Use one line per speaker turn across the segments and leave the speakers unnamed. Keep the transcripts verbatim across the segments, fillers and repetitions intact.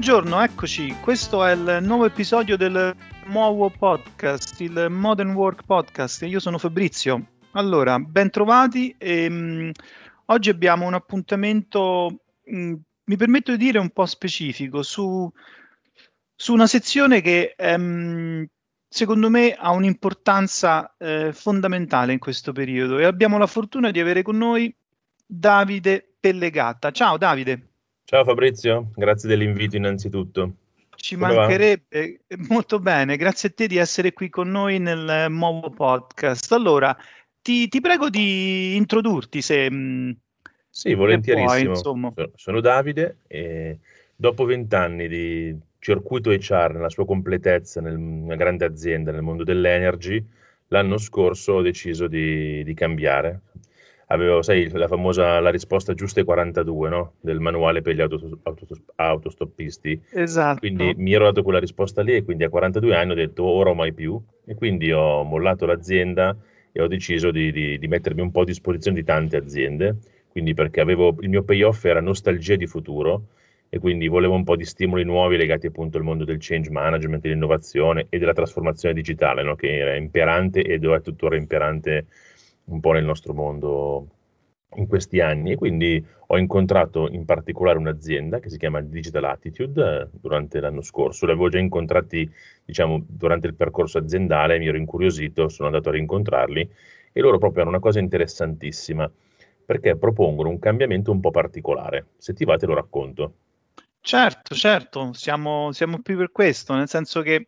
Buongiorno, eccoci. Questo è il nuovo episodio del nuovo podcast, il Modern Work Podcast. Io sono Fabrizio. Allora, ben trovati. E, mh, oggi abbiamo un appuntamento, mh, mi permetto di dire, un po' specifico su, su una sezione che ehm, secondo me ha un'importanza eh, fondamentale in questo periodo e abbiamo la fortuna di avere con noi Davide Pellegatta. Ciao Davide.
Ciao Fabrizio, grazie dell'invito innanzitutto.
Ci
Come va?
mancherebbe, molto bene, grazie a te di essere qui con noi nel nuovo podcast. Allora, ti, ti prego di introdurti se, mh,
Sì,
se puoi,
volentierissimo.
insomma.
So- Sono Davide e dopo vent'anni di circuito H R nella sua completezza nel- in una grande azienda nel mondo dell'energy, l'anno scorso ho deciso di, di cambiare. Avevo, sai, la famosa la risposta giusta ai quarantadue, no? Del manuale per gli autos- autos- autostoppisti. Quindi
Esatto.
mi ero dato quella risposta lì e quindi a quarantadue anni ho detto ora o mai più e quindi ho mollato l'azienda e ho deciso di, di- di mettermi un po' a disposizione di tante aziende, quindi perché avevo, il mio payoff era nostalgia di futuro e quindi volevo un po' di stimoli nuovi legati appunto al mondo del change management, dell'innovazione e della trasformazione digitale, no? Che era imperante ed è tuttora imperante un po' nel nostro mondo in questi anni e quindi ho incontrato in particolare un'azienda che si chiama Digital Attitude eh, durante l'anno scorso, l'avevo già incontrati diciamo durante il percorso aziendale, mi ero incuriosito, sono andato a rincontrarli e loro proprio hanno una cosa interessantissima perché propongono un cambiamento un po' particolare, se ti va te lo racconto.
Certo, certo, siamo, siamo qui per questo, nel senso che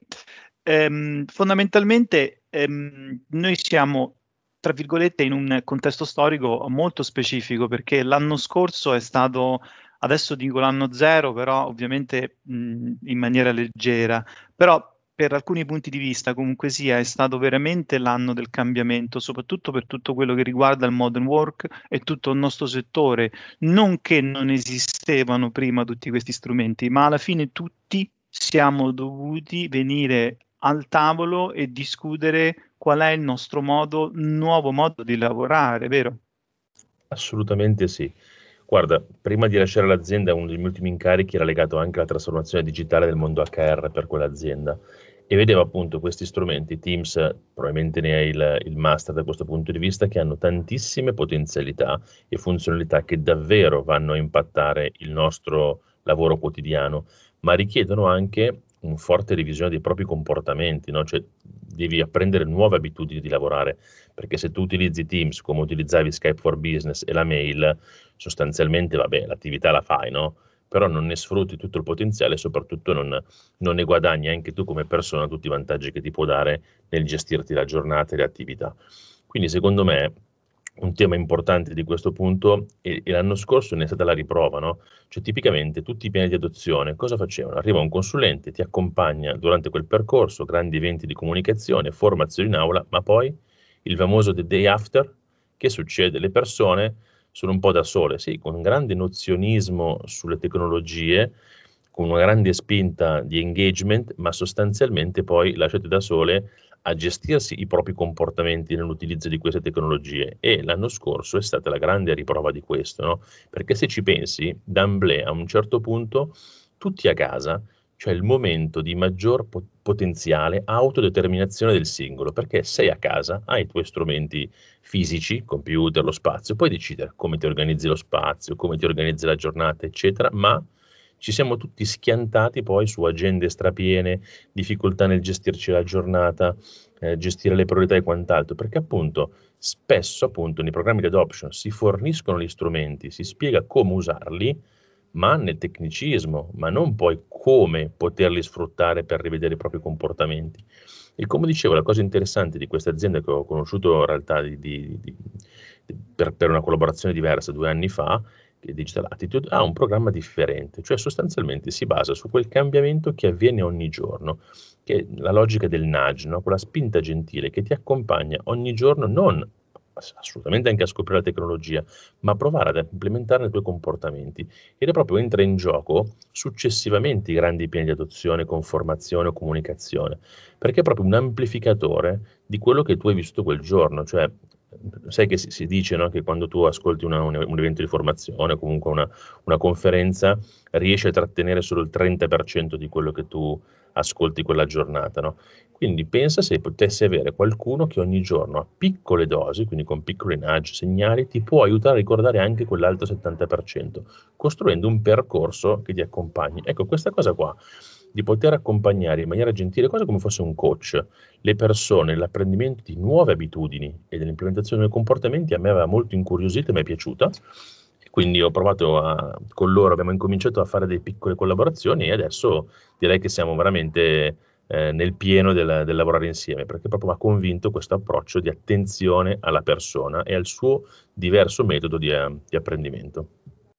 ehm, fondamentalmente ehm, noi siamo, tra virgolette, in un contesto storico molto specifico, perché l'anno scorso è stato, adesso dico l'anno zero, però ovviamente mh, in maniera leggera, però per alcuni punti di vista comunque sia, è stato veramente l'anno del cambiamento, soprattutto per tutto quello che riguarda il modern work e tutto il nostro settore. Non che non esistevano prima tutti questi strumenti, ma alla fine tutti siamo dovuti venire al tavolo e discutere qual è il nostro modo, nuovo modo di lavorare, vero?
Assolutamente sì. Guarda, prima di lasciare l'azienda, uno dei miei ultimi incarichi era legato anche alla trasformazione digitale del mondo H R per quell'azienda e vedevo appunto questi strumenti, Teams, probabilmente ne è il, il master da questo punto di vista, che hanno tantissime potenzialità e funzionalità che davvero vanno a impattare il nostro lavoro quotidiano, ma richiedono anche una forte revisione dei propri comportamenti, no? Cioè devi apprendere nuove abitudini di lavorare perché se tu utilizzi Teams come utilizzavi Skype for Business e la mail, sostanzialmente, vabbè, l'attività la fai, no? Però non ne sfrutti tutto il potenziale e soprattutto non, non ne guadagni anche tu come persona tutti i vantaggi che ti può dare nel gestirti la giornata e le attività. Quindi secondo me un tema importante di questo punto e, e l'anno scorso ne è stata la riprova, no? Cioè tipicamente tutti i piani di adozione cosa facevano? Arriva un consulente, ti accompagna durante quel percorso, grandi eventi di comunicazione, formazione in aula, ma poi il famoso the day after, che succede? Le persone sono un po' da sole, sì, con un grande nozionismo sulle tecnologie, con una grande spinta di engagement, ma sostanzialmente poi lasciate da sole a gestirsi i propri comportamenti nell'utilizzo di queste tecnologie e l'anno scorso è stata la grande riprova di questo, no? Perché se ci pensi, d'emblée a un certo punto tutti a casa, cioè il momento di maggior po- potenziale autodeterminazione del singolo, perché sei a casa, hai i tuoi strumenti fisici, computer, lo spazio, puoi decidere come ti organizzi lo spazio, come ti organizzi la giornata, eccetera, ma ci siamo tutti schiantati poi su agende strapiene, difficoltà nel gestirci la giornata, eh, gestire le priorità e quant'altro, perché appunto spesso appunto nei programmi di adoption si forniscono gli strumenti, si spiega come usarli, ma nel tecnicismo, ma non poi come poterli sfruttare per rivedere i propri comportamenti. E come dicevo, la cosa interessante di questa azienda che ho conosciuto in realtà di, di, di, per, per una collaborazione diversa due anni fa, che è Digital Attitude, ha un programma differente, cioè sostanzialmente si basa su quel cambiamento che avviene ogni giorno, che è la logica del nudge, no? Quella spinta gentile che ti accompagna ogni giorno, non assolutamente anche a scoprire la tecnologia, ma a provare ad implementare nei tuoi comportamenti. Ed è proprio entra in gioco successivamente i grandi piani di adozione con formazione o comunicazione, perché è proprio un amplificatore di quello che tu hai vissuto quel giorno, cioè sai che si, si dice, no, che quando tu ascolti una, un, un evento di formazione o comunque una, una conferenza, riesci a trattenere solo il trenta per cento di quello che tu ascolti quella giornata, no? Quindi pensa se potessi avere qualcuno che ogni giorno a piccole dosi, quindi con piccoli nudge, segnali, ti può aiutare a ricordare anche quell'altro settanta per cento, costruendo un percorso che ti accompagni. Ecco, questa cosa qua, di poter accompagnare in maniera gentile, quasi come fosse un coach, le persone nell'apprendimento di nuove abitudini e dell'implementazione dei comportamenti, a me aveva molto incuriosito e mi è piaciuta. Quindi ho provato a, con loro, abbiamo incominciato a fare delle piccole collaborazioni e adesso direi che siamo veramente eh, nel pieno del, del lavorare insieme, perché proprio mi ha convinto questo approccio di attenzione alla persona e al suo diverso metodo di, eh, di apprendimento.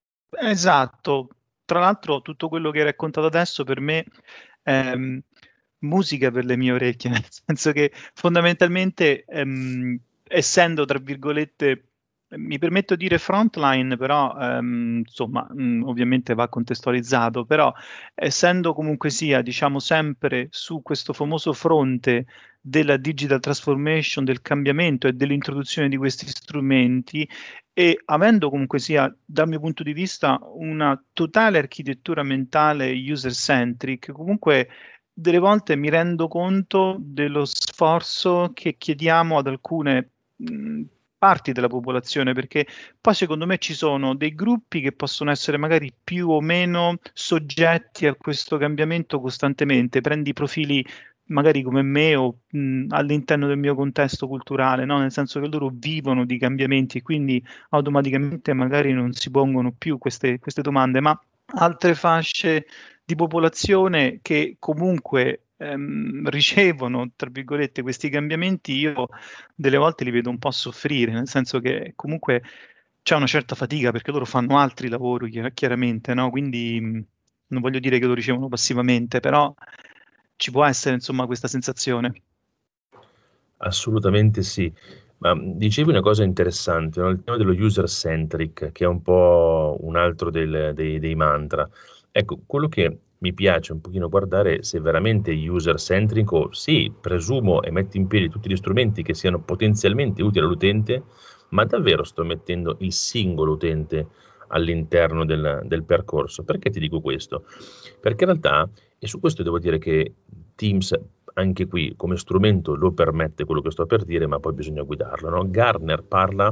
Esatto, tra l'altro tutto quello che hai raccontato adesso per me è mm, musica per le mie orecchie, nel senso che fondamentalmente ehm, essendo tra virgolette, mi permetto di dire frontline, però ehm, insomma mh, ovviamente va contestualizzato, però essendo comunque sia diciamo sempre su questo famoso fronte della digital transformation, del cambiamento e dell'introduzione di questi strumenti, e avendo comunque sia, dal mio punto di vista, una totale architettura mentale user-centric, comunque delle volte mi rendo conto dello sforzo che chiediamo ad alcune mh, parti della popolazione, perché poi secondo me ci sono dei gruppi che possono essere magari più o meno soggetti a questo cambiamento costantemente. Prendi profili magari come me o mh, all'interno del mio contesto culturale, no? Nel senso che loro vivono di cambiamenti e quindi automaticamente magari non si pongono più queste, queste domande, ma altre fasce di popolazione che comunque ehm, ricevono, tra virgolette, questi cambiamenti, io delle volte li vedo un po' soffrire, nel senso che comunque c'è una certa fatica perché loro fanno altri lavori, chiar- chiaramente, no? Quindi mh, non voglio dire che lo ricevono passivamente, però ci può essere insomma questa sensazione.
Assolutamente sì, ma mh, dicevi una cosa interessante, no? Il tema dello user-centric, che è un po' un altro del- dei, dei mantra. Ecco, quello che mi piace un pochino guardare se veramente user-centric o sì, presumo e metto in piedi tutti gli strumenti che siano potenzialmente utili all'utente, ma davvero sto mettendo il singolo utente all'interno del, del percorso. Perché ti dico questo? Perché in realtà, e su questo devo dire che Teams anche qui come strumento lo permette quello che sto per dire, ma poi bisogna guidarlo, no? Gartner parla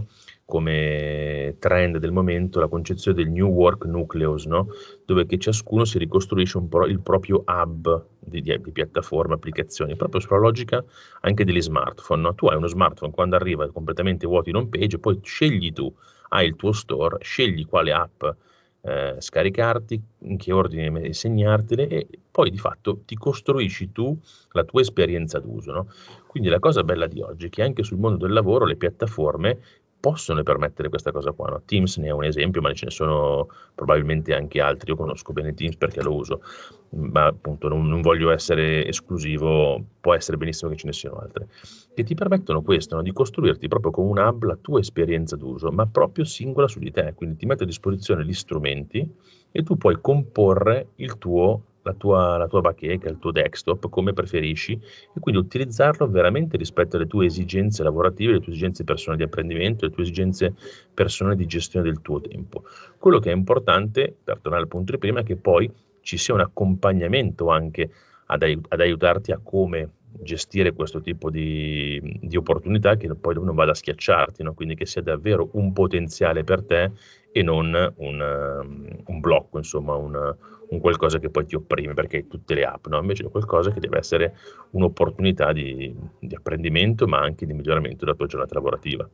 come trend del momento la concezione del New Work Nucleus, no? Dove che ciascuno si ricostruisce un po' il proprio hub di, di, di piattaforme, applicazioni, proprio sulla logica anche degli smartphone, no? Tu hai uno smartphone, quando arriva completamente vuoto in home page, poi scegli tu, hai il tuo store, scegli quale app eh, scaricarti, in che ordine segnartene e poi di fatto ti costruisci tu la tua esperienza d'uso, no? Quindi la cosa bella di oggi è che anche sul mondo del lavoro le piattaforme possono permettere questa cosa qua, no? Teams ne è un esempio, ma ce ne sono probabilmente anche altri. Io conosco bene Teams perché lo uso, ma appunto non, non voglio essere esclusivo, può essere benissimo che ce ne siano altre, che ti permettono questo, no? Di costruirti proprio come un hub la tua esperienza d'uso, ma proprio singola su di te, quindi ti mette a disposizione gli strumenti e tu puoi comporre il tuo, la tua, la tua bacheca, il tuo desktop come preferisci e quindi utilizzarlo veramente rispetto alle tue esigenze lavorative, le tue esigenze personali di apprendimento, le tue esigenze personali di gestione del tuo tempo. Quello che è importante, per tornare al punto di prima, è che poi ci sia un accompagnamento anche ad, aiut- ad aiutarti a come gestire questo tipo di, di opportunità che poi non vada a schiacciarti, no? Quindi che sia davvero un potenziale per te e non un, um, un blocco, insomma, un, un qualcosa che poi ti opprime, perché tutte le app, no? Invece è qualcosa che deve essere un'opportunità di, di apprendimento, ma anche di miglioramento della tua giornata lavorativa.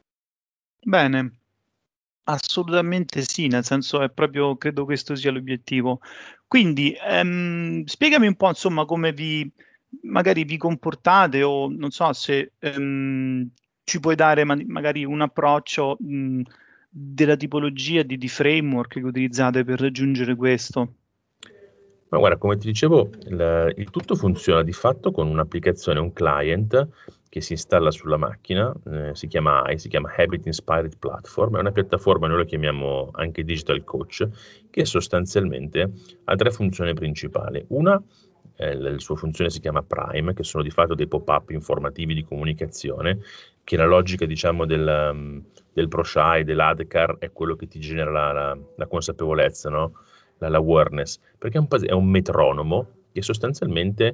Bene, assolutamente sì, nel senso è proprio, credo questo sia l'obiettivo. Quindi ehm, spiegami un po' insomma come vi magari vi comportate o non so se ehm, ci puoi dare ma- magari un approccio mh, della tipologia di, di framework che utilizzate per raggiungere questo.
Ma guarda, come ti dicevo, il, il tutto funziona di fatto con un'applicazione, un client che si installa sulla macchina, eh, si chiama A I, si chiama Habit Inspired Platform, è una piattaforma, noi la chiamiamo anche Digital Coach, che sostanzialmente ha tre funzioni principali. Una, eh, la sua funzione si chiama Prime, che sono di fatto dei pop-up informativi di comunicazione, che la logica, diciamo, del, um, del ProSci, dell'ADCAR, è quello che ti genera la, la, la consapevolezza, no? la, l'awareness, perché è un, è un metronomo che sostanzialmente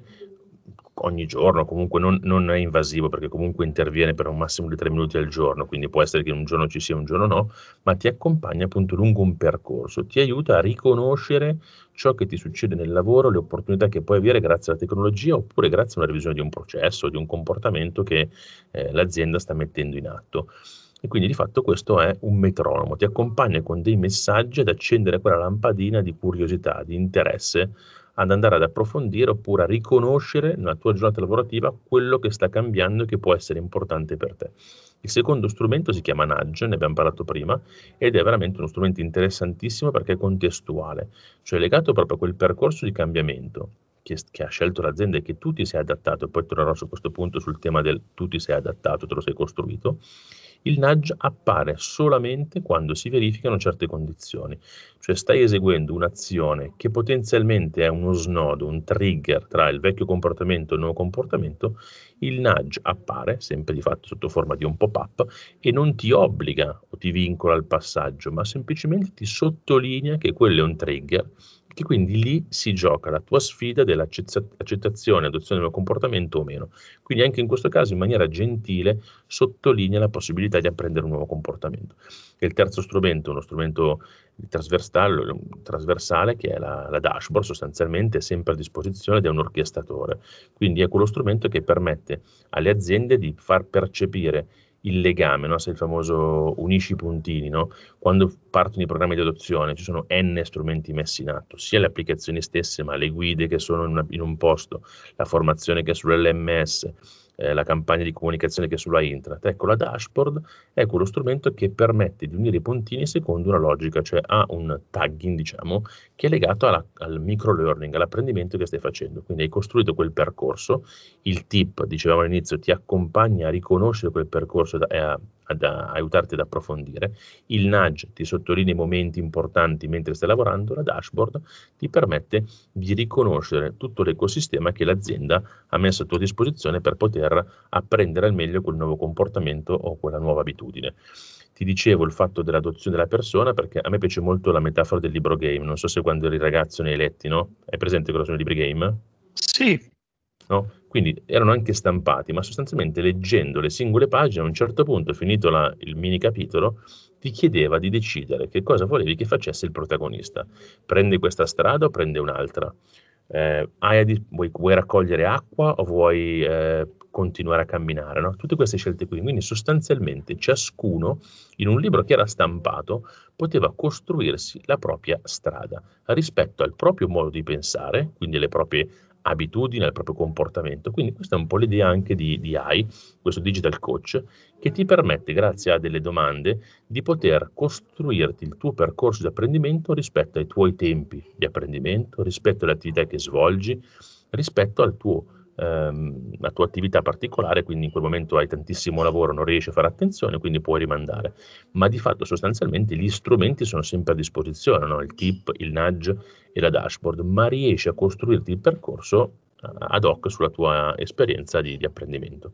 ogni giorno, comunque non, non è invasivo, perché comunque interviene per un massimo di tre minuti al giorno, quindi può essere che un giorno ci sia, un giorno no, ma ti accompagna appunto lungo un percorso, ti aiuta a riconoscere ciò che ti succede nel lavoro, le opportunità che puoi avere grazie alla tecnologia, oppure grazie a una revisione di un processo, di un comportamento che eh, l'azienda sta mettendo in atto. E quindi di fatto questo è un metronomo, ti accompagna con dei messaggi ad accendere quella lampadina di curiosità, di interesse, ad andare ad approfondire oppure a riconoscere nella tua giornata lavorativa quello che sta cambiando e che può essere importante per te. Il secondo strumento si chiama Nudge, ne abbiamo parlato prima, ed è veramente uno strumento interessantissimo perché è contestuale, cioè legato proprio a quel percorso di cambiamento che, che ha scelto l'azienda e che tu ti sei adattato, e poi tornerò su questo punto sul tema del tu ti sei adattato, te lo sei costruito. Il nudge appare solamente quando si verificano certe condizioni, cioè stai eseguendo un'azione che potenzialmente è uno snodo, un trigger tra il vecchio comportamento e il nuovo comportamento, il nudge appare, sempre di fatto sotto forma di un pop-up, e non ti obbliga o ti vincola al passaggio, ma semplicemente ti sottolinea che quello è un trigger, che quindi lì si gioca la tua sfida dell'accettazione, adozione del comportamento o meno. Quindi anche in questo caso in maniera gentile sottolinea la possibilità di apprendere un nuovo comportamento. E il terzo strumento, uno strumento trasversale, trasversale che è la, la dashboard, sostanzialmente è sempre a disposizione di un orchestratore. Quindi è quello strumento che permette alle aziende di far percepire il legame, no? Se il famoso unisci i puntini, no? Quando partono i programmi di adozione ci sono n strumenti messi in atto, sia le applicazioni stesse, ma le guide che sono in, una, in un posto, la formazione che è sull'L M S, eh, la campagna di comunicazione che è sulla intranet. Ecco, la dashboard è quello strumento che permette di unire i puntini secondo una logica, cioè ha un tagging, diciamo, che è legato alla, al micro learning, all'apprendimento che stai facendo. Quindi hai costruito quel percorso, il tip, dicevamo all'inizio, ti accompagna a riconoscere quel percorso e a, ad a aiutarti ad approfondire, il nudge ti sottolinea i momenti importanti mentre stai lavorando, la dashboard ti permette di riconoscere tutto l'ecosistema che l'azienda ha messo a tua disposizione per poter apprendere al meglio quel nuovo comportamento o quella nuova abitudine. Ti dicevo il fatto dell'adozione della persona, perché a me piace molto la metafora del libro game, non so se quando eri ragazzo ne hai letti, no? Hai presente cosa sono i libri game?
Sì.
No? Quindi erano anche stampati, ma sostanzialmente leggendo le singole pagine, a un certo punto, finito la, il mini capitolo, ti chiedeva di decidere che cosa volevi che facesse il protagonista. Prende questa strada o prende un'altra? Eh, hai a, vuoi, vuoi raccogliere acqua o vuoi eh, continuare a camminare? No? Tutte queste scelte qui. Quindi sostanzialmente ciascuno, in un libro che era stampato, poteva costruirsi la propria strada rispetto al proprio modo di pensare, quindi alle proprie abitudini, al proprio comportamento. Quindi questa è un po' l'idea anche di, di A I, questo digital coach, che ti permette, grazie a delle domande, di poter costruirti il tuo percorso di apprendimento rispetto ai tuoi tempi di apprendimento, rispetto alle attività che svolgi, rispetto al tuo, ehm, alla tua attività particolare, quindi in quel momento hai tantissimo lavoro, non riesci a fare attenzione, quindi puoi rimandare. Ma di fatto sostanzialmente gli strumenti sono sempre a disposizione, no? Il tip, il nudge e la dashboard, ma riesci a costruirti il percorso ad hoc sulla tua esperienza di, di apprendimento.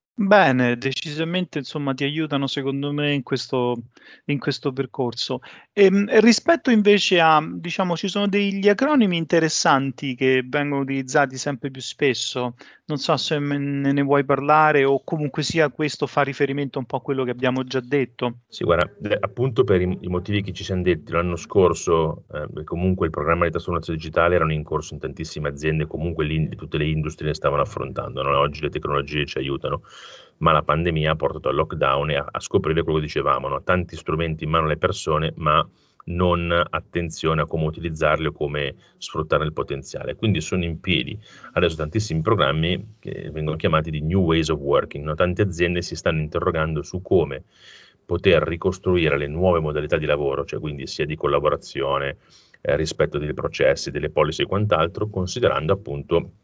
Bene, decisamente insomma ti aiutano secondo me in questo, in questo percorso. E, rispetto invece a, diciamo, ci sono degli acronimi interessanti che vengono utilizzati sempre più spesso, non so se me ne vuoi parlare o comunque sia questo fa riferimento un po' a quello che abbiamo già detto.
Sì, guarda, appunto per i, i motivi che ci siamo detti l'anno scorso, eh, comunque il programma di trasformazione digitale erano in corso in tantissime aziende, comunque tutte le industrie ne stavano affrontando, no? Oggi le tecnologie ci aiutano, ma la pandemia ha portato al lockdown e a, a scoprire quello che dicevamo, no? Tanti strumenti in mano alle persone, ma non attenzione a come utilizzarli o come sfruttare il potenziale. Quindi sono in piedi adesso tantissimi programmi che vengono chiamati di New Ways of Working, no? Tante aziende si stanno interrogando su come poter ricostruire le nuove modalità di lavoro, cioè quindi sia di collaborazione, eh, rispetto dei processi, delle policy e quant'altro, considerando appunto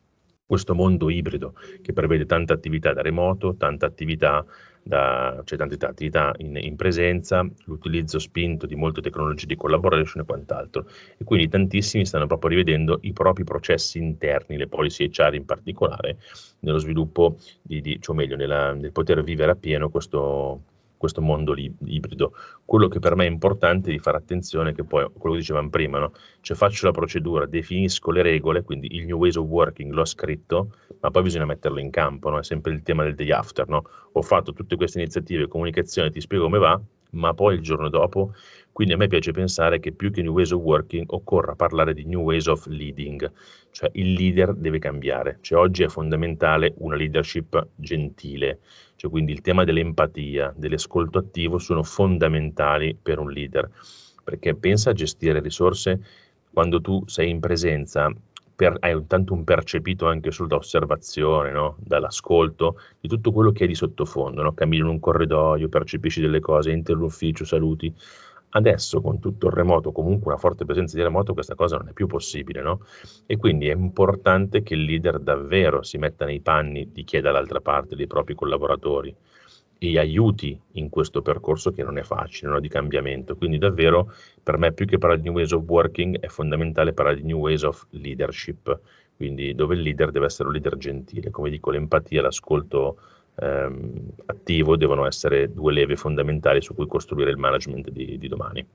questo mondo ibrido che prevede tanta attività da remoto, tanta attività, da, cioè tante attività in, in presenza, l'utilizzo spinto di molte tecnologie di collaboration e quant'altro. E quindi tantissimi stanno proprio rivedendo i propri processi interni, le policy H R in particolare, nello sviluppo, di, di, cioè meglio, nella, nel poter vivere appieno questo, questo mondo li, ibrido. Quello che per me è importante è di fare attenzione, che poi, quello che dicevamo prima, no? Cioè faccio la procedura, definisco le regole, quindi il New Ways of Working l'ho scritto, ma poi bisogna metterlo in campo, no? È sempre il tema del day after, no? Ho fatto tutte queste iniziative, comunicazione, ti spiego come va, ma poi il giorno dopo, quindi a me piace pensare che più che New Ways of Working occorra parlare di New Ways of Leading, cioè il leader deve cambiare, cioè oggi è fondamentale una leadership gentile, cioè quindi il tema dell'empatia, dell'ascolto attivo sono fondamentali per un leader, perché pensa a gestire risorse quando tu sei in presenza, per, hai un, tanto un percepito anche solo da osservazione, no? Dall'ascolto, di tutto quello che è di sottofondo, no? Cammini in un corridoio, percepisci delle cose, entri all'ufficio, saluti. Adesso con tutto il remoto, comunque una forte presenza di remoto, questa cosa non è più possibile, no? E quindi è importante che il leader davvero si metta nei panni di chi è dall'altra parte, dei propri collaboratori, e aiuti in questo percorso che non è facile, no? Di cambiamento. Quindi davvero per me più che parlare di New Ways of Working è fondamentale parlare di New Ways of Leadership, quindi dove il leader deve essere un leader gentile. Come dico, l'empatia e l'ascolto ehm, attivo devono essere due leve fondamentali su cui costruire il management di, di domani.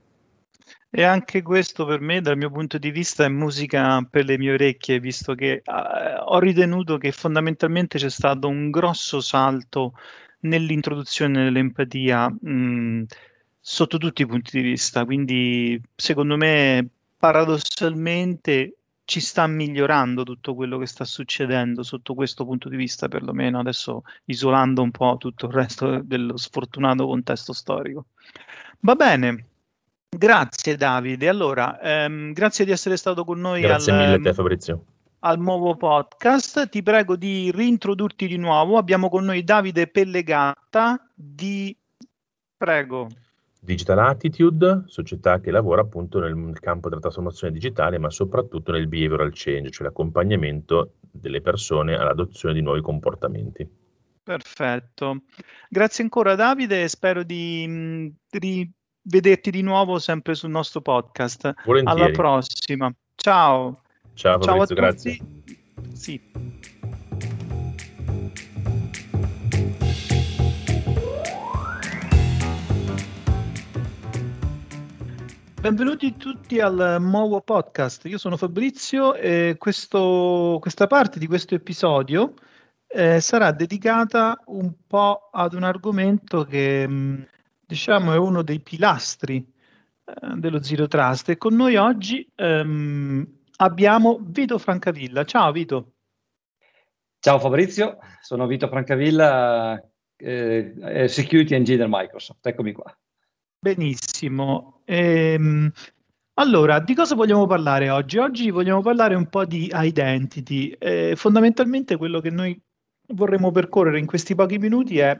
E anche questo per me, dal mio punto di vista, è musica per le mie orecchie, visto che eh, ho ritenuto che fondamentalmente c'è stato un grosso salto nell'introduzione dell'empatia mh, sotto tutti i punti di vista. Quindi, secondo me, paradossalmente ci sta migliorando tutto quello che sta succedendo sotto questo punto di vista, perlomeno adesso isolando un po' tutto il resto dello sfortunato contesto storico. Va bene. Grazie Davide. Allora, ehm, grazie di essere stato con noi
Grazie
al,
mille a te, Fabrizio.
al nuovo podcast. Ti prego di reintrodurti di nuovo. Abbiamo con noi Davide Pellegatta di... Prego.
Digital Attitude, società che lavora appunto nel campo della trasformazione digitale, ma soprattutto nel behavioral change, cioè l'accompagnamento delle persone all'adozione di nuovi comportamenti.
Perfetto. Grazie ancora Davide e spero di, mh, di vederti di nuovo sempre sul nostro podcast.
Volentieri.
Alla prossima. Ciao.
Ciao Fabrizio,
Ciao a
grazie.
tutti. Sì. Benvenuti tutti al nuovo podcast. Io sono Fabrizio e questo, questa parte di questo episodio eh, sarà dedicata un po' ad un argomento che mh, diciamo è uno dei pilastri eh, dello Zero Trust. E con noi oggi ehm, abbiamo Vito Francavilla. Ciao Vito.
Ciao Fabrizio, sono Vito Francavilla, eh, Security Engineer Microsoft. Eccomi qua.
Benissimo. Ehm, allora, di cosa vogliamo parlare oggi? Oggi vogliamo parlare un po' di identity. Eh, fondamentalmente quello che noi vorremmo percorrere in questi pochi minuti è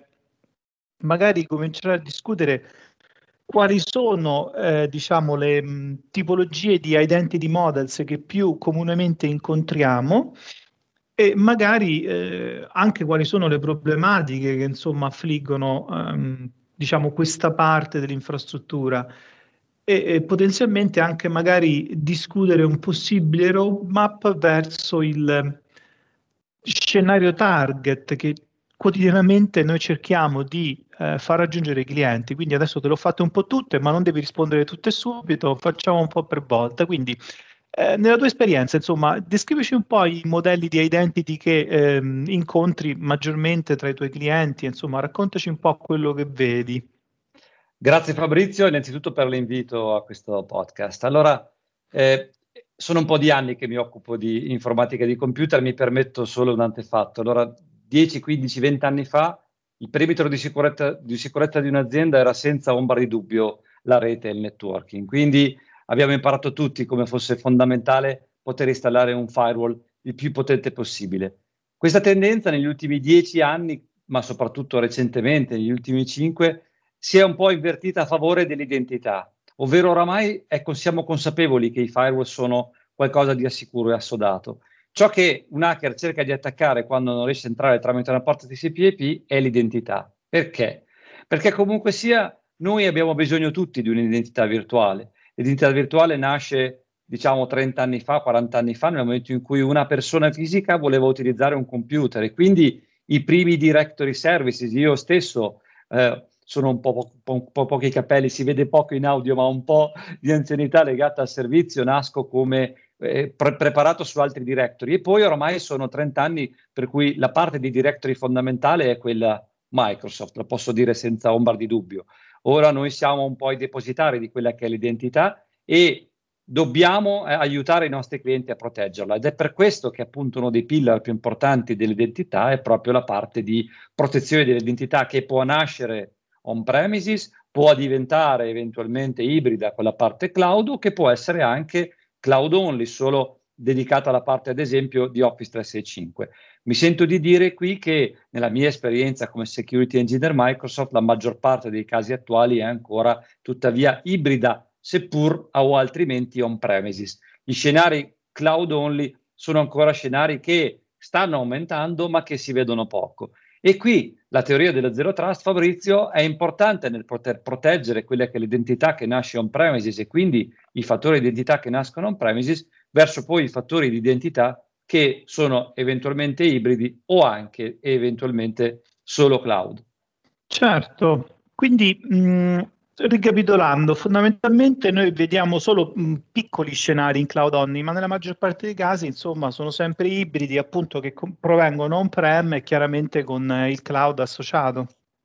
magari cominciare a discutere quali sono, eh, diciamo, le mh, tipologie di identity models che più comunemente incontriamo e magari eh, anche quali sono le problematiche che insomma affliggono ehm, diciamo questa parte dell'infrastruttura e, e potenzialmente anche magari discutere un possibile roadmap verso il scenario target che quotidianamente noi cerchiamo di eh, far raggiungere i clienti. Quindi adesso te l'ho fatte un po' tutte, ma non devi rispondere tutte subito, facciamo un po' per volta. Quindi eh, nella tua esperienza, insomma, descrivici un po' i modelli di identity che ehm, incontri maggiormente tra i tuoi clienti, insomma, raccontaci un po' quello che vedi.
Grazie Fabrizio, innanzitutto per l'invito a questo podcast. Allora, eh, sono un po' di anni che mi occupo di informatica e di computer, mi permetto solo un antefatto. Allora, dieci, quindici, venti anni fa, il perimetro di sicurezza, di sicurezza di un'azienda era senza ombra di dubbio la rete e il networking. Quindi abbiamo imparato tutti come fosse fondamentale poter installare un firewall il più potente possibile. Questa tendenza negli ultimi dieci anni, ma soprattutto recentemente, negli ultimi cinque, si è un po' invertita a favore dell'identità, ovvero oramai ecco, siamo consapevoli che i firewall sono qualcosa di assicuro e assodato. Ciò che un hacker cerca di attaccare quando non riesce a entrare tramite una porta T C P I P è l'identità. Perché? Perché comunque sia, noi abbiamo bisogno tutti di un'identità virtuale. L'identità virtuale nasce, diciamo, trenta anni fa, quaranta anni fa, nel momento in cui una persona fisica voleva utilizzare un computer, e quindi i primi directory services, io stesso eh, sono un po', po', un po' pochi capelli, si vede poco in audio, ma un po' di anzianità legata al servizio, nasco come eh, pre- preparato su altri directory, e poi ormai sono trenta anni per cui la parte di directory fondamentale è quella Microsoft, lo posso dire senza ombra di dubbio. Ora noi siamo un po' i depositari di quella che è l'identità e dobbiamo eh, aiutare i nostri clienti a proteggerla, ed è per questo che appunto uno dei pillar più importanti dell'identità è proprio la parte di protezione dell'identità, che può nascere on-premises, può diventare eventualmente ibrida con la parte cloud, o che può essere anche cloud only, solo dedicata alla parte ad esempio di Office trecentosessantacinque. Mi sento di dire qui che nella mia esperienza come security engineer Microsoft la maggior parte dei casi attuali è ancora tuttavia ibrida, seppur o altrimenti on-premises. Gli scenari cloud only sono ancora scenari che stanno aumentando ma che si vedono poco. E qui la teoria dello zero trust, Fabrizio, è importante nel poter proteggere quella che è l'identità che nasce on-premises, e quindi i fattori di identità che nascono on-premises, verso poi i fattori di identità che sono eventualmente ibridi o anche eventualmente solo cloud.
Certo, quindi mh, ricapitolando, fondamentalmente noi vediamo solo mh, piccoli scenari in cloud only, ma nella maggior parte dei casi, insomma, sono sempre ibridi, appunto, che com- provengono on-prem e chiaramente con eh, il cloud associato.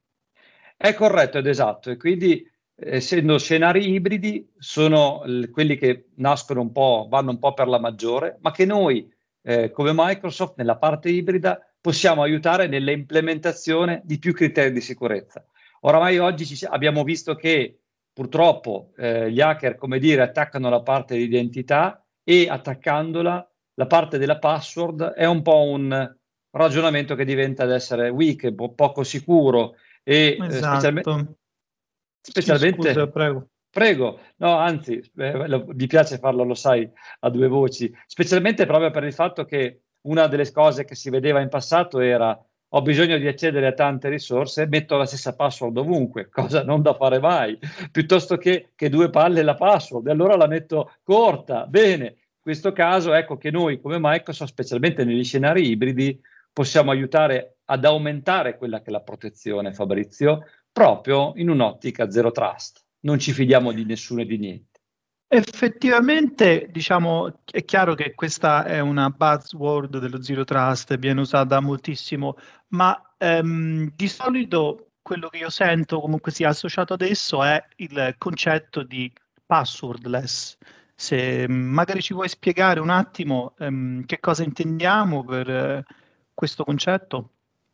È corretto ed esatto, e quindi essendo scenari ibridi sono l- quelli che nascono un po', vanno un po' per la maggiore, ma che noi eh, come Microsoft nella parte ibrida possiamo aiutare nella implementazione di più criteri di sicurezza. Oramai oggi ci, abbiamo visto che purtroppo eh, gli hacker, come dire, attaccano la parte di identità, e attaccandola la parte della password è un po' un ragionamento che diventa ad essere weak, po- poco sicuro, e eh, specialmente,
Esatto.
specialmente
Sì, scusa, prego.
prego, no, anzi, eh, lo- mi piace farlo, lo sai, a due voci, specialmente proprio per il fatto che una delle cose che si vedeva in passato era: ho bisogno di accedere a tante risorse, metto la stessa password ovunque, cosa non da fare mai, piuttosto che, che due palle la password, e allora la metto corta. Bene, in questo caso ecco che noi come Microsoft, specialmente negli scenari ibridi, possiamo aiutare ad aumentare quella che è la protezione, Fabrizio, proprio in un'ottica zero trust. Non ci fidiamo di nessuno e di niente.
Effettivamente, diciamo, è chiaro che questa è una buzzword dello Zero Trust, viene usata moltissimo, ma ehm, di solito quello che io sento comunque sia associato adesso è il concetto di passwordless. Se magari ci vuoi spiegare un attimo ehm, che cosa intendiamo per eh, questo concetto?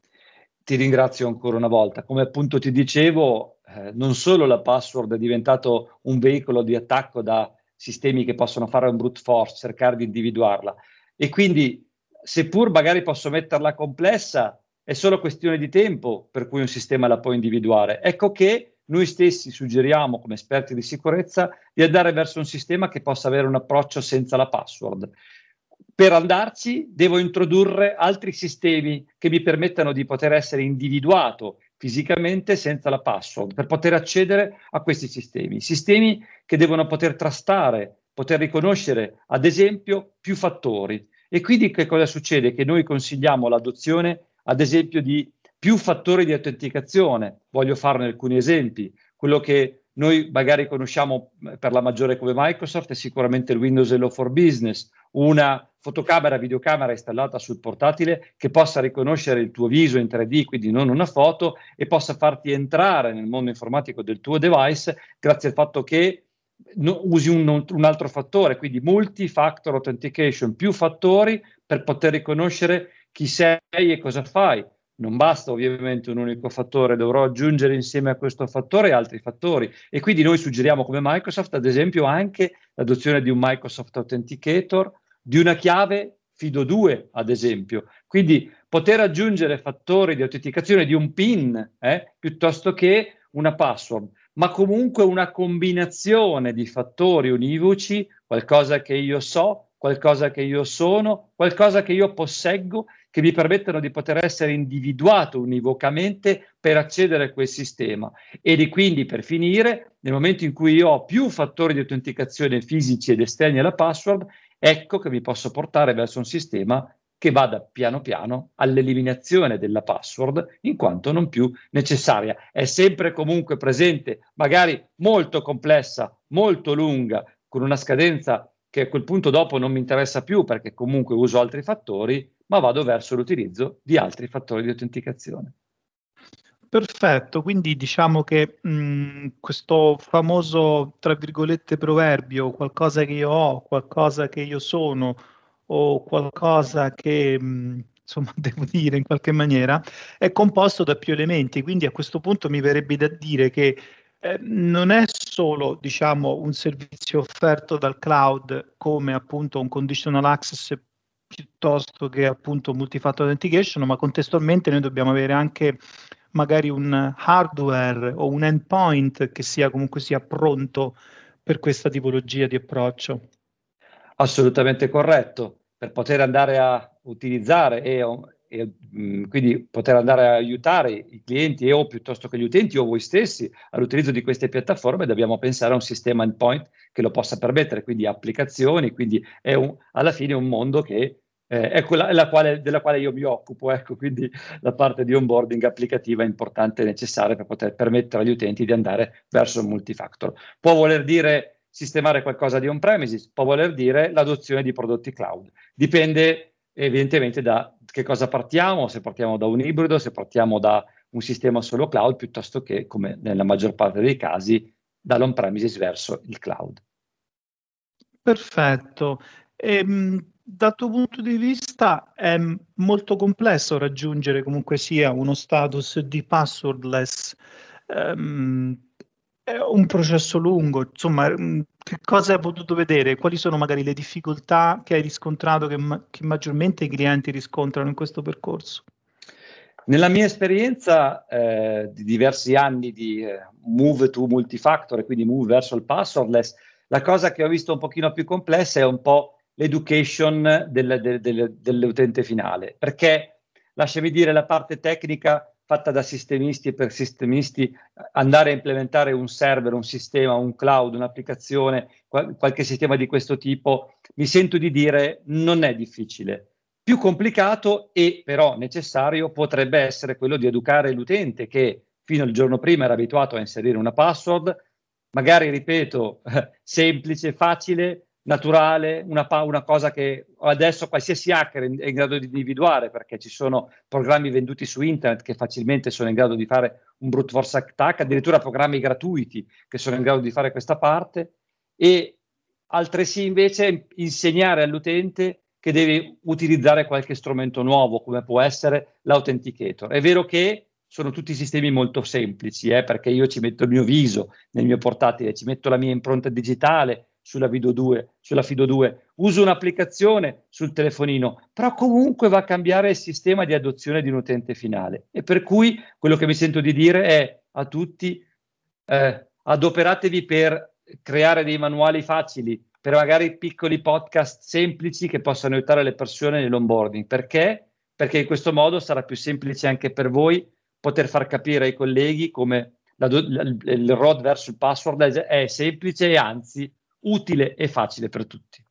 Ti ringrazio ancora una volta. Come appunto ti dicevo, eh, non solo la password è diventato un veicolo di attacco da sistemi che possono fare un brute force, cercare di individuarla, e quindi seppur magari posso metterla complessa, è solo questione di tempo per cui un sistema la può individuare. Ecco che noi stessi suggeriamo come esperti di sicurezza di andare verso un sistema che possa avere un approccio senza la password. Per andarci devo introdurre altri sistemi che mi permettano di poter essere individuato fisicamente senza la password, per poter accedere a questi sistemi. Sistemi che devono poter trustare, poter riconoscere, ad esempio, più fattori. E quindi che cosa succede? Che noi consigliamo l'adozione, ad esempio, di più fattori di autenticazione. Voglio farne alcuni esempi. Quello che noi magari conosciamo per la maggiore come Microsoft è sicuramente il Windows Hello for Business, una fotocamera, videocamera installata sul portatile che possa riconoscere il tuo viso in tre D, quindi non una foto, e possa farti entrare nel mondo informatico del tuo device grazie al fatto che no, usi un, un altro fattore, quindi multi-factor authentication, più fattori per poter riconoscere chi sei e cosa fai. Non basta ovviamente un unico fattore, dovrò aggiungere insieme a questo fattore altri fattori, e quindi noi suggeriamo come Microsoft ad esempio anche l'adozione di un Microsoft Authenticator, di una chiave FIDO due ad esempio, quindi poter aggiungere fattori di autenticazione di un PIN eh, piuttosto che una password, ma comunque una combinazione di fattori univoci, qualcosa che io so qualcosa che io sono, qualcosa che io posseggo, che mi permettono di poter essere individuato univocamente per accedere a quel sistema. E di quindi, per finire, nel momento in cui io ho più fattori di autenticazione fisici ed esterni alla password, ecco che mi posso portare verso un sistema che vada piano piano all'eliminazione della password in quanto non più necessaria. È sempre comunque presente, magari molto complessa, molto lunga, con una scadenza che a quel punto dopo non mi interessa più perché comunque uso altri fattori, ma vado verso l'utilizzo di altri fattori di autenticazione.
Perfetto, quindi diciamo che mh, questo famoso, tra virgolette, proverbio, qualcosa che io ho, qualcosa che io sono o qualcosa che mh, insomma devo dire in qualche maniera, è composto da più elementi, quindi a questo punto mi verrebbe da dire che eh, non è solo, diciamo, un servizio offerto dal cloud come appunto un conditional access piuttosto che appunto multifactor authentication, ma contestualmente noi dobbiamo avere anche magari un hardware o un endpoint che sia comunque sia pronto per questa tipologia di approccio.
Assolutamente corretto, per poter andare a utilizzare e, e mh, quindi poter andare a aiutare i clienti e o piuttosto che gli utenti o voi stessi all'utilizzo di queste piattaforme dobbiamo pensare a un sistema endpoint che lo possa permettere, quindi applicazioni, quindi è un, alla fine un mondo che eh, è quella la quale, della quale io mi occupo, ecco, quindi la parte di onboarding applicativa è importante e necessaria per poter permettere agli utenti di andare verso il multifactor. Può voler dire sistemare qualcosa di on-premises, può voler dire l'adozione di prodotti cloud. Dipende evidentemente da che cosa partiamo, se partiamo da un ibrido, se partiamo da un sistema solo cloud, piuttosto che, come nella maggior parte dei casi, dall'on-premises verso il cloud.
Perfetto. Ehm, dal tuo punto di vista è molto complesso raggiungere comunque sia uno status di passwordless. Ehm, è un processo lungo, insomma, che cosa hai potuto vedere? Quali sono magari le difficoltà che hai riscontrato che, ma- che maggiormente i clienti riscontrano in questo percorso?
Nella mia esperienza eh, di diversi anni di eh, move to multifactor e quindi move verso il passwordless, la cosa che ho visto un pochino più complessa è un po' l'education del, del, del, dell'utente finale, perché lasciami dire la parte tecnica fatta da sistemisti e per sistemisti, andare a implementare un server, un sistema, un cloud, un'applicazione, qual- qualche sistema di questo tipo, mi sento di dire non è difficile. Più complicato e però necessario potrebbe essere quello di educare l'utente che fino al giorno prima era abituato a inserire una password, magari, ripeto, semplice, facile, naturale, una, una cosa che adesso qualsiasi hacker è in grado di individuare perché ci sono programmi venduti su internet che facilmente sono in grado di fare un brute force attack, addirittura programmi gratuiti che sono in grado di fare questa parte e altresì invece insegnare all'utente che deve utilizzare qualche strumento nuovo come può essere l'authenticator. È vero che sono tutti sistemi molto semplici, eh, perché io ci metto il mio viso nel mio portatile, ci metto la mia impronta digitale sulla Fido due, sulla Fido due, uso un'applicazione sul telefonino, però comunque va a cambiare il sistema di adozione di un utente finale. E per cui quello che mi sento di dire è a tutti eh, adoperatevi per creare dei manuali facili, per magari piccoli podcast semplici che possano aiutare le persone nell'onboarding. Perché? Perché in questo modo sarà più semplice anche per voi poter far capire ai colleghi come la, la, il road verso il password è semplice e anzi utile e facile per tutti.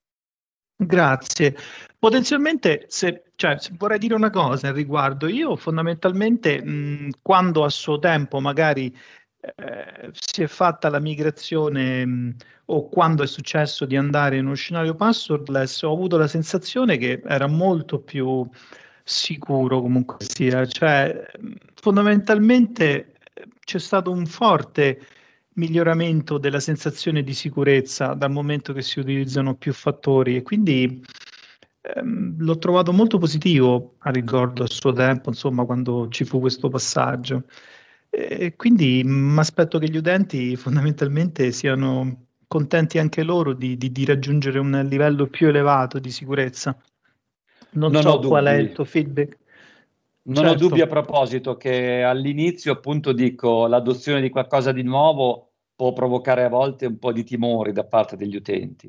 Grazie. Potenzialmente, se, cioè, se vorrei dire una cosa al riguardo, io fondamentalmente mh, quando a suo tempo magari eh, si è fatta la migrazione mh, o quando è successo di andare in uno scenario passwordless, ho avuto la sensazione che era molto più sicuro comunque sia, cioè mh, fondamentalmente eh, c'è stato un forte miglioramento della sensazione di sicurezza dal momento che si utilizzano più fattori e quindi ehm, l'ho trovato molto positivo a riguardo a suo tempo, insomma, quando ci fu questo passaggio. E quindi mi aspetto che gli utenti fondamentalmente siano contenti anche loro di, di, di raggiungere un livello più elevato di sicurezza. Non,
non ho
so qual è il
dubbi.
tuo feedback.
Non
Certo.
ho dubbi a proposito che all'inizio, appunto, dico, l'adozione di qualcosa di nuovo può provocare a volte un po' di timori da parte degli utenti.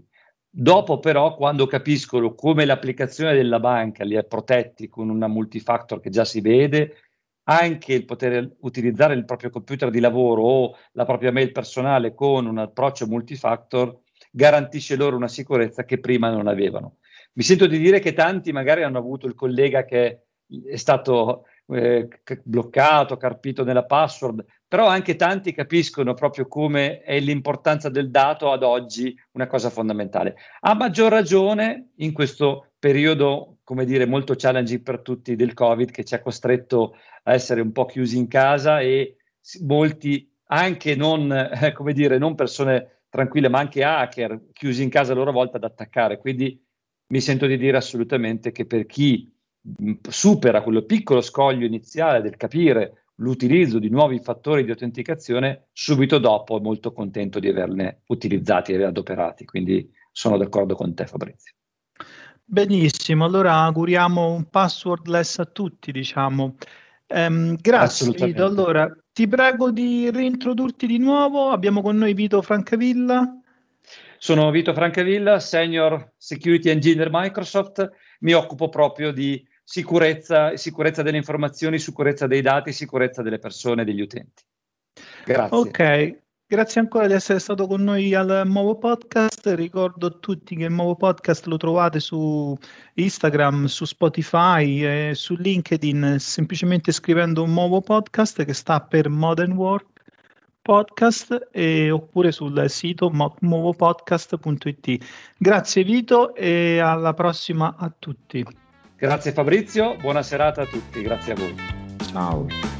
Dopo però, quando capiscono come l'applicazione della banca li ha protetti con una multifactor che già si vede, anche il poter utilizzare il proprio computer di lavoro o la propria mail personale con un approccio multifactor garantisce loro una sicurezza che prima non avevano. Mi sento di dire che tanti magari hanno avuto il collega che è stato eh, bloccato, carpito nella password, però anche tanti capiscono proprio come è l'importanza del dato ad oggi una cosa fondamentale. A maggior ragione in questo periodo, come dire, molto challenging per tutti del Covid, che ci ha costretto a essere un po' chiusi in casa e molti anche non, eh, come dire, non persone tranquille, ma anche hacker chiusi in casa a loro volta ad attaccare. Quindi mi sento di dire assolutamente che per chi mh, supera quello piccolo scoglio iniziale del capire l'utilizzo di nuovi fattori di autenticazione, subito dopo è molto contento di averne utilizzati e adoperati. Quindi sono d'accordo con te, Fabrizio.
Benissimo, allora auguriamo un passwordless a tutti, diciamo. Um, grazie Vito, allora ti prego di reintrodurti di nuovo. Abbiamo con noi Vito Francavilla.
Sono Vito Francavilla, Senior Security Engineer Microsoft, mi occupo proprio di sicurezza, sicurezza delle informazioni, sicurezza dei dati, sicurezza delle persone e degli utenti. Grazie.
Ok, grazie ancora di essere stato con noi al Movo Podcast. Ricordo a tutti che il Movo Podcast lo trovate su Instagram, su Spotify e su LinkedIn semplicemente scrivendo Movo Podcast, che sta per Modern Work Podcast, e, oppure sul sito movopodcast punto it. Grazie Vito e alla prossima a tutti.
Grazie Fabrizio, buona serata a tutti, grazie a voi.
Ciao.